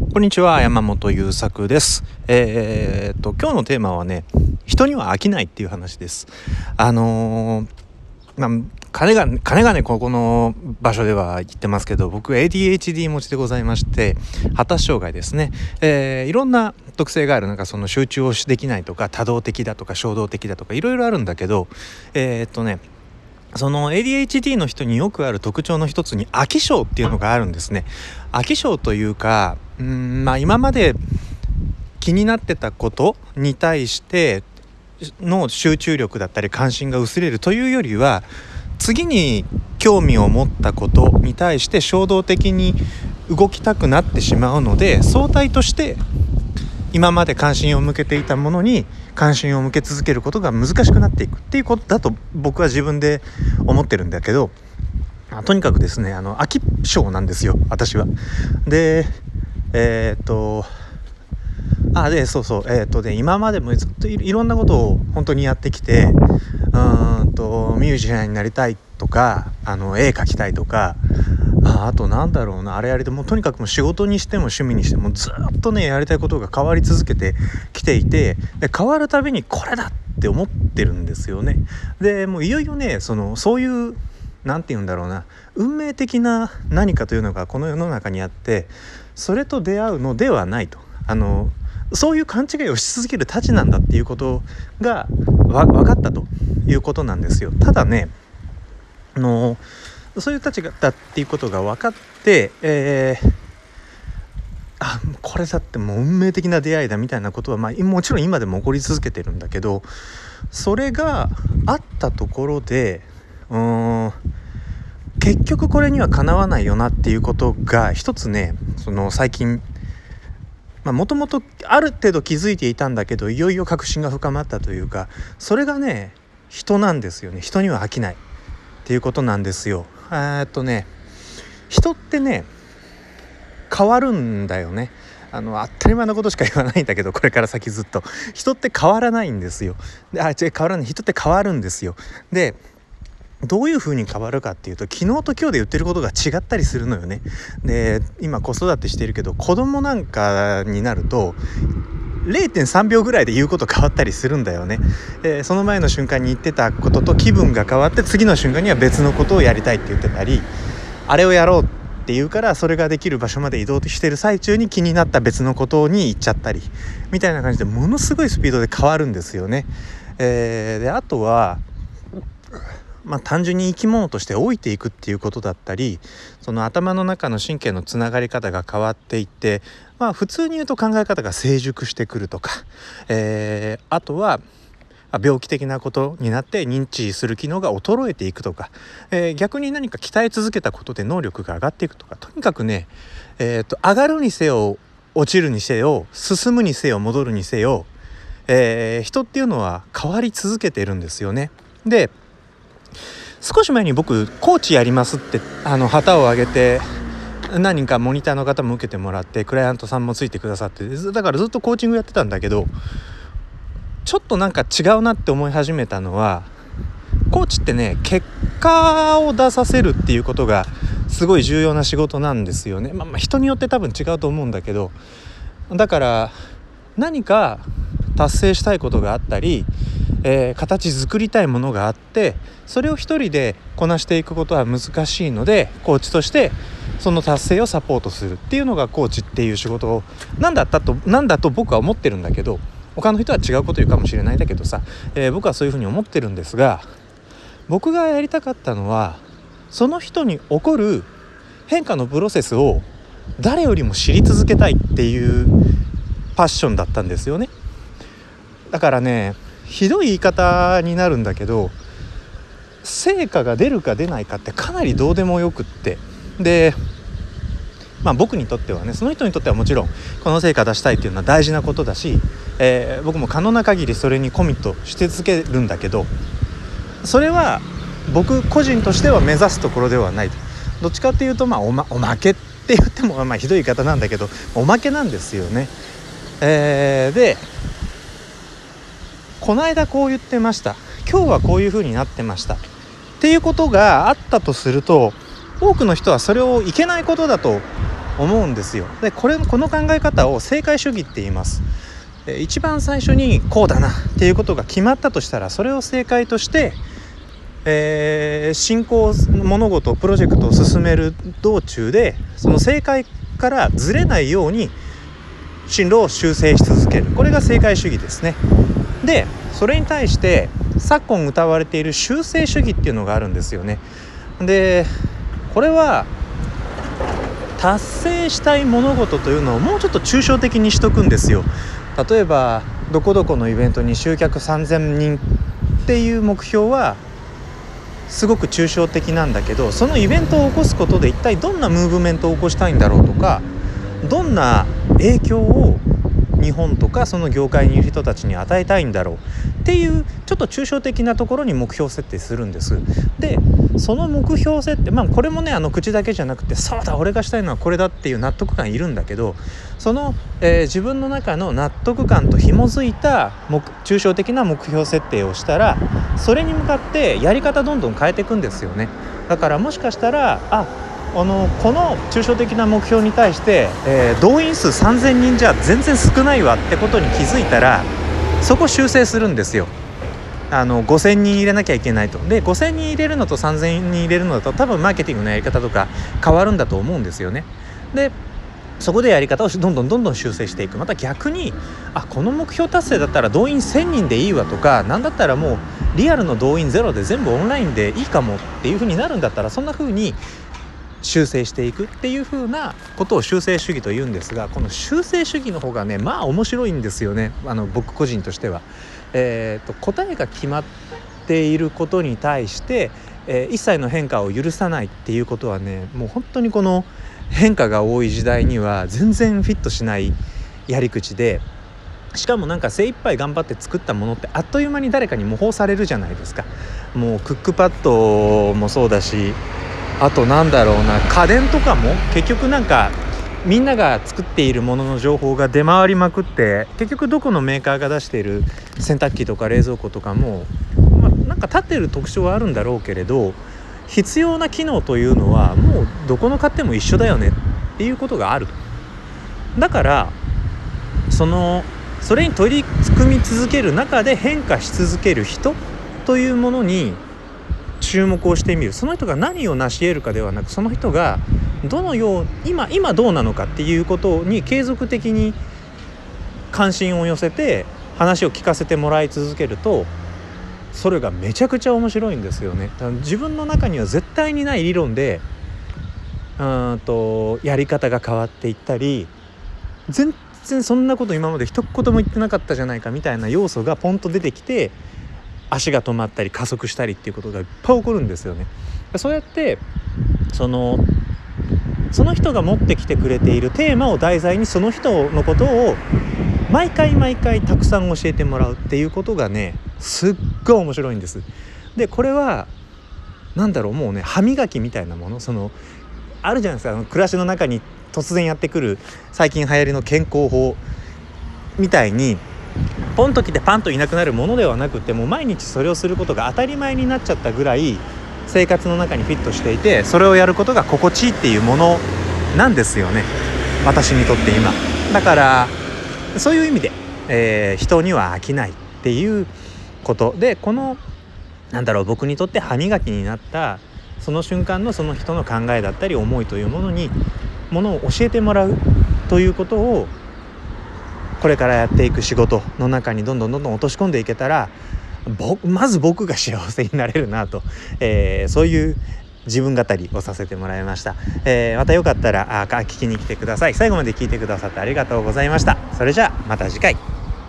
こんにちは、山本優作です。今日のテーマはね、人には飽きないっていう話です。金がね、ここの場所では言ってますけど、僕 ADHD 持ちでございまして、発達障害ですね。いろんな特性がある、その集中をできないとか、多動的だとか衝動的だとかいろいろあるんだけど、その ADHD の人によくある特徴の一つに飽き性っていうのがあるんですね。飽き性というか、今まで気になってたことに対しての集中力だったり関心が薄れるというよりは、次に興味を持ったことに対して衝動的に動きたくなってしまうので、相対として今まで関心を向けていたものに関心を向け続けることが難しくなっていくっていうことだと僕は自分で思ってるんだけど、とにかくですね、飽き性なんですよ、私は。で今までもずっといろんなことを本当にやってきて、ミュージシャンになりたいとか、絵描きたいとか、あとあれやりでもうとにかくもう仕事にしても趣味にしてもずっとねやりたいことが変わり続けてきていて、で変わるたびにこれだって思ってるんですよね。でもういよいよね、そういう運命的な何かというのがこの世の中にあって、それと出会うのではないと、そういう勘違いをし続けるたちなんだっていうことが分かったということなんですよ。ただね、そういうたちだっていうことが分かって、これだってもう運命的な出会いだみたいなことは、もちろん今でも起こり続けてるんだけど、それがあったところで結局これにはかなわないよなっていうことが一つね、最近もともとある程度気づいていたんだけど、いよいよ確信が深まったというか、それがね人なんですよね。人には飽きないっていうことなんですよ。人ってね変わるんだよね。当たり前のことしか言わないんだけど、これから先ずっと人って変わらないんですよ。変わらない、人って変わるんですよ。でどういう風に変わるかっていうと、昨日と今日で言ってることが違ったりするのよね。で今子育てしているけど、子供なんかになると 0.3 秒ぐらいで言うこと変わったりするんだよね。その前の瞬間に言ってたことと気分が変わって、次の瞬間には別のことをやりたいって言ってたり、あれをやろうって言うからそれができる場所まで移動してる最中に気になった別のことに行っちゃったりみたいな感じで、ものすごいスピードで変わるんですよね。であとは単純に生き物として老いていくっていうことだったり、その頭の中の神経のつながり方が変わっていって、普通に言うと考え方が成熟してくるとか、あとは病気的なことになって認知する機能が衰えていくとか、逆に何か鍛え続けたことで能力が上がっていくとか、とにかくね、上がるにせよ落ちるにせよ進むにせよ戻るにせよ、人っていうのは変わり続けているんですよね。で少し前に僕コーチやりますって旗を上げて、何人かモニターの方も受けてもらって、クライアントさんもついてくださって、だからずっとコーチングやってたんだけど、ちょっと違うなって思い始めたのは、コーチってね結果を出させるっていうことがすごい重要な仕事なんですよね。人によって多分違うと思うんだけど、だから何か達成したいことがあったり、形作りたいものがあって、それを一人でこなしていくことは難しいので、コーチとしてその達成をサポートするっていうのがコーチっていう仕事なんだと僕は思ってるんだけど、他の人は違うこと言うかもしれないんだけどさ、僕はそういうふうに思ってるんですが、僕がやりたかったのはその人に起こる変化のプロセスを誰よりも知り続けたいっていうパッションだったんですよね。だからね、ひどい言い方になるんだけど、成果が出るか出ないかってかなりどうでもよくって、で僕にとってはね、その人にとってはもちろんこの成果出したいっていうのは大事なことだし、僕も可能な限りそれにコミットして続けるんだけど、それは僕個人としては目指すところではない。どっちかっていうとおまけって言ってもひどい言い方なんだけど、おまけなんですよね。でこの間こう言ってました、今日はこういう風になってましたっていうことがあったとすると、多くの人はそれをいけないことだと思うんですよ。でこの考え方を正解主義って言います。一番最初にこうだなっていうことが決まったとしたら、それを正解として、進行物事プロジェクトを進める道中でその正解からずれないように進路を修正し続ける、これが正解主義ですね。でそれに対して昨今謳われている修正主義っていうのがあるんですよね。でこれは達成したい物事というのをもうちょっと抽象的にしとくんですよ。例えばどこどこのイベントに集客3000人っていう目標はすごく抽象的なんだけど、そのイベントを起こすことで一体どんなムーブメントを起こしたいんだろうとか、どんな影響を日本とかその業界にいる人たちに与えたいんだろうっていうちょっと抽象的なところに目標設定するんです。でその目標設定、これもね口だけじゃなくて、そうだ俺がしたいのはこれだっていう納得感いるんだけど、その、自分の中の納得感と紐づいた抽象的な目標設定をしたら、それに向かってやり方どんどん変えていくんですよね。だからもしかしたらこの抽象的な目標に対して、動員数3000人じゃ全然少ないわってことに気づいたら、そこ修正するんですよ。5000人入れなきゃいけないと。で5000人入れるのと3000人入れるのだと多分マーケティングのやり方とか変わるんだと思うんですよね。でそこでやり方をどんどん修正していく。また逆にこの目標達成だったら動員1000人でいいわとか、なんだったらもうリアルの動員ゼロで全部オンラインでいいかもっていう風になるんだったら、そんな風に修正していくっていう風なことを修正主義と言うんですが、この修正主義の方がね面白いんですよね。僕個人としては、答えが決まっていることに対して、一切の変化を許さないっていうことはね、もう本当にこの変化が多い時代には全然フィットしないやり口で、しかも精一杯頑張って作ったものってあっという間に誰かに模倣されるじゃないですか。もうクックパッドもそうだし、あと家電とかも結局みんなが作っているものの情報が出回りまくって、結局どこのメーカーが出している洗濯機とか冷蔵庫とかも、立っている特徴はあるんだろうけれど、必要な機能というのはもうどこの買っても一緒だよねっていうことがある。だからそれに取り組み続ける中で変化し続ける人というものに注目をしてみる。その人が何を成し得るかではなく、その人が今どうなのかっていうことに継続的に関心を寄せて話を聞かせてもらい続けると、それがめちゃくちゃ面白いんですよね。自分の中には絶対にない理論でやり方が変わっていったり、全然そんなこと今まで一言も言ってなかったじゃないかみたいな要素がポンと出てきて、足が止まったり加速したりっていうことがいっぱい起こるんですよね。そうやってその人が持ってきてくれているテーマを題材に、その人のことを毎回たくさん教えてもらうっていうことがね、すっごい面白いんです。でこれはもうね歯磨きみたいなもの、あるじゃないですか、暮らしの中に突然やってくる最近流行りの健康法みたいにポンと来てパンといなくなるものではなくて、もう毎日それをすることが当たり前になっちゃったぐらい生活の中にフィットしていて、それをやることが心地いいっていうものなんですよね、私にとって今。だからそういう意味で、人には飽きないっていうことで、この僕にとって歯磨きになったその瞬間のその人の考えだったり思いというものを教えてもらうということを、これからやっていく仕事の中にどんどん落とし込んでいけたら、まず僕が幸せになれるなと、そういう自分語りをさせてもらいました。またよかったら聞きに来てください。最後まで聞いてくださってありがとうございました。それじゃあまた次回。